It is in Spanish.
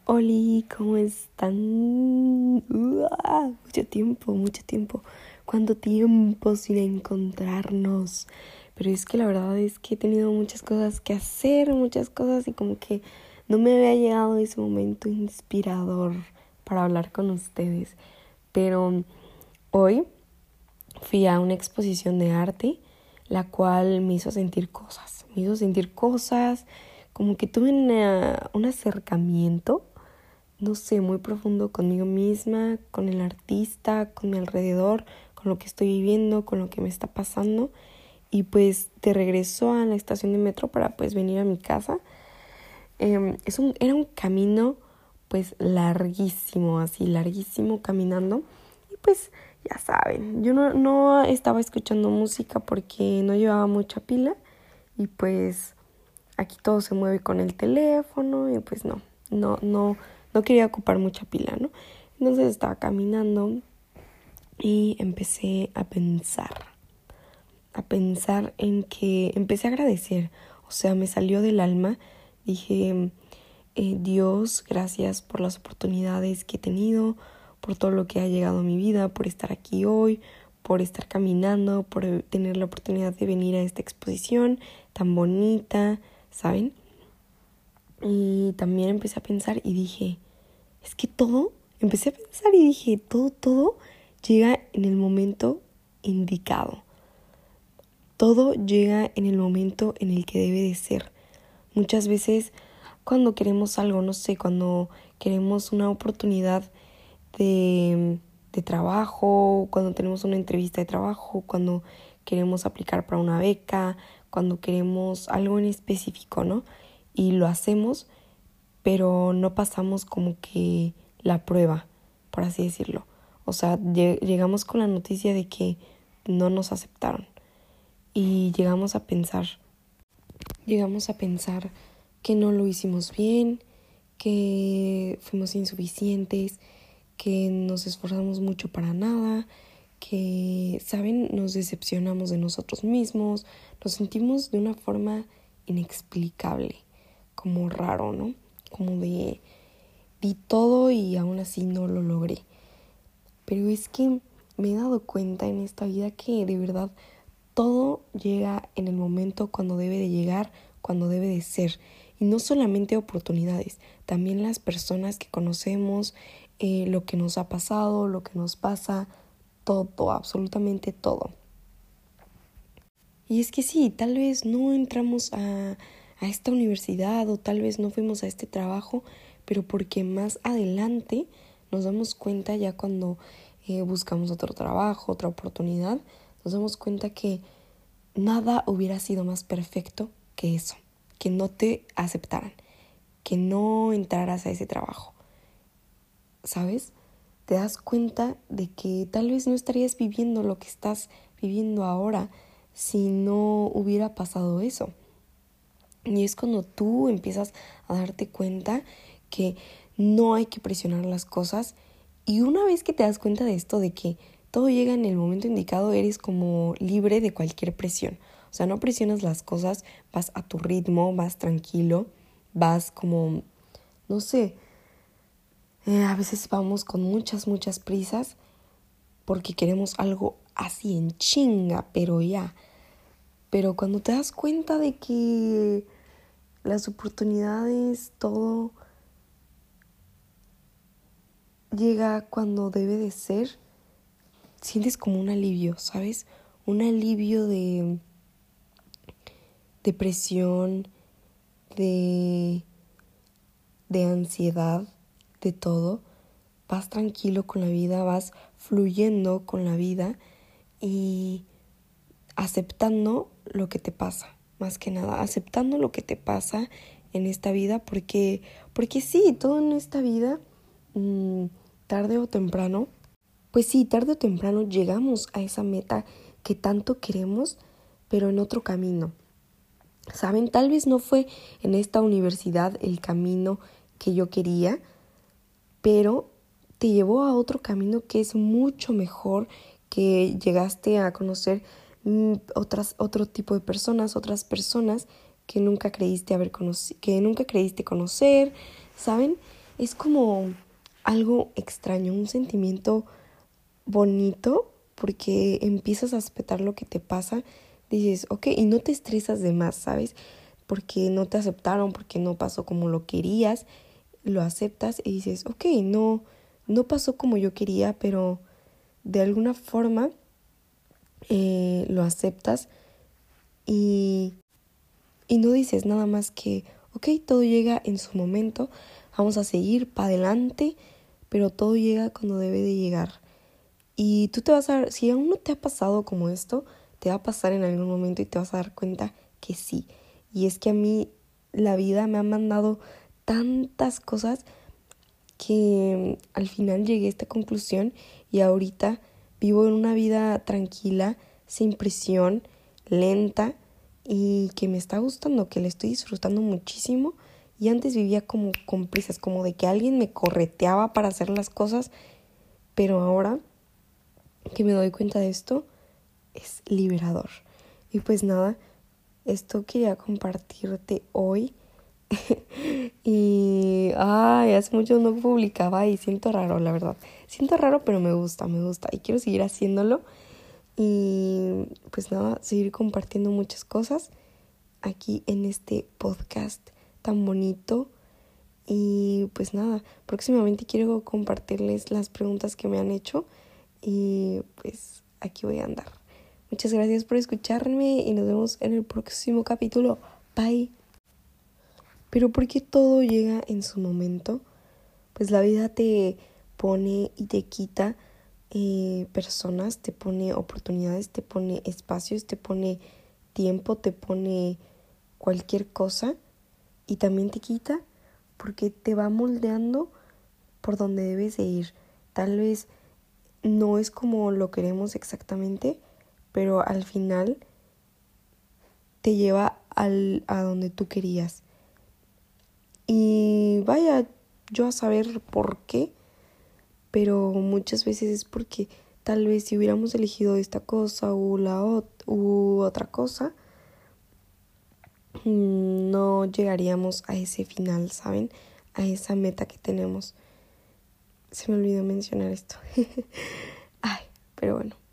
Oli, ¿cómo están? Mucho tiempo. ¿Cuánto tiempo sin encontrarnos? Pero es que la verdad es que he tenido muchas cosas que hacer, muchas cosas y como que no me había llegado ese momento inspirador para hablar con ustedes. Pero hoy fui a una exposición de arte, la cual me hizo sentir cosas, como que tuve un acercamiento, no sé, muy profundo conmigo misma, con el artista, con mi alrededor, con lo que estoy viviendo, con lo que me está pasando. Y pues de regreso a la estación de metro para pues venir a mi casa. Era un camino pues larguísimo caminando. Y pues ya saben, yo no estaba escuchando música porque no llevaba mucha pila. Y pues aquí todo se mueve con el teléfono y pues no quería ocupar mucha pila, ¿no? Entonces estaba caminando y empecé a pensar en que empecé a agradecer, o sea, me salió del alma, dije, Dios, gracias por las oportunidades que he tenido, por todo lo que ha llegado a mi vida, por estar aquí hoy, por estar caminando, por tener la oportunidad de venir a esta exposición tan bonita, ¿saben? Y también empecé a pensar y dije, es que empecé a pensar y dije, todo llega en el momento indicado. Todo llega en el momento en el que debe de ser. Muchas veces cuando queremos algo, no sé, cuando queremos una oportunidad de trabajo, cuando tenemos una entrevista de trabajo, cuando queremos aplicar para una beca, cuando queremos algo en específico, ¿no? Y lo hacemos, pero no pasamos como que la prueba, por así decirlo. O sea, llegamos con la noticia de que no nos aceptaron y llegamos a pensar que no lo hicimos bien, que fuimos insuficientes, que nos esforzamos mucho para nada, que, ¿saben? Nos decepcionamos de nosotros mismos, nos sentimos de una forma inexplicable, como raro, ¿no? Como de di todo y aún así no lo logré. Pero es que me he dado cuenta en esta vida que de verdad todo llega en el momento cuando debe de llegar, cuando debe de ser. Y no solamente oportunidades, también las personas que conocemos, lo que nos ha pasado, lo que nos pasa, todo, absolutamente todo. Y es que sí, tal vez no entramos a esta universidad o tal vez no fuimos a este trabajo, pero porque más adelante nos damos cuenta ya cuando buscamos otro trabajo, otra oportunidad, nos damos cuenta que nada hubiera sido más perfecto que eso, que no te aceptaran, que no entraras a ese trabajo, ¿sabes? Te das cuenta de que tal vez no estarías viviendo lo que estás viviendo ahora si no hubiera pasado eso. Y es cuando tú empiezas a darte cuenta que no hay que presionar las cosas. Y una vez que te das cuenta de esto, de que todo llega en el momento indicado, eres como libre de cualquier presión. O sea, no presionas las cosas, vas a tu ritmo, vas tranquilo, vas como, no sé, a veces vamos con muchas prisas porque queremos algo así en chinga, pero ya. Pero cuando te das cuenta de que las oportunidades, todo llega cuando debe de ser, sientes como un alivio, ¿sabes? Un alivio de depresión, de ansiedad, de todo. Vas tranquilo con la vida, vas fluyendo con la vida y aceptando lo que te pasa, más que nada, aceptando lo que te pasa en esta vida, porque sí, todo en esta vida, tarde o temprano, pues sí, tarde o temprano llegamos a esa meta que tanto queremos, pero en otro camino. ¿Saben? Tal vez no fue en esta universidad el camino que yo quería, pero te llevó a otro camino que es mucho mejor, que llegaste a conocer otro tipo de personas, otras personas que nunca creíste conocer, ¿saben? es como algo extraño, un sentimiento bonito, porque empiezas a aceptar lo que te pasa, dices, ok, y no te estresas de más, ¿sabes? Porque no te aceptaron, porque no pasó como lo querías, lo aceptas y dices, ok, no pasó como yo quería, pero de alguna forma lo aceptas y, y no dices nada más que, ok, todo llega en su momento, vamos a seguir para adelante, pero todo llega cuando debe de llegar. Y tú te vas a dar, si aún no te ha pasado como esto, te va a pasar en algún momento y te vas a dar cuenta que sí. Y es que a mí la vida me ha mandado tantas cosas que al final llegué a esta conclusión y ahorita vivo en una vida tranquila, sin presión, lenta y que me está gustando, que le estoy disfrutando muchísimo. Y antes vivía como con prisas, como de que alguien me correteaba para hacer las cosas, pero ahora que me doy cuenta de esto, es liberador. Y pues nada, esto quería compartirte hoy. Y hace mucho no publicaba y siento raro, la verdad. Siento raro, pero me gusta y quiero seguir haciéndolo. Y pues nada, seguir compartiendo muchas cosas aquí en este podcast tan bonito. Y pues nada, próximamente quiero compartirles las preguntas que me han hecho y pues aquí voy a andar. Muchas gracias por escucharme y nos vemos en el próximo capítulo. Bye. Pero ¿por qué todo llega en su momento? Pues la vida te pone y te quita personas, te pone oportunidades, te pone espacios, te pone tiempo, te pone cualquier cosa y también te quita porque te va moldeando por donde debes de ir. Tal vez no es como lo queremos exactamente, pero al final te lleva a donde tú querías. Y vaya yo a saber por qué, pero muchas veces es porque tal vez si hubiéramos elegido esta cosa u otra cosa, no llegaríamos a ese final, ¿saben? A esa meta que tenemos. Se me olvidó mencionar esto. Pero bueno.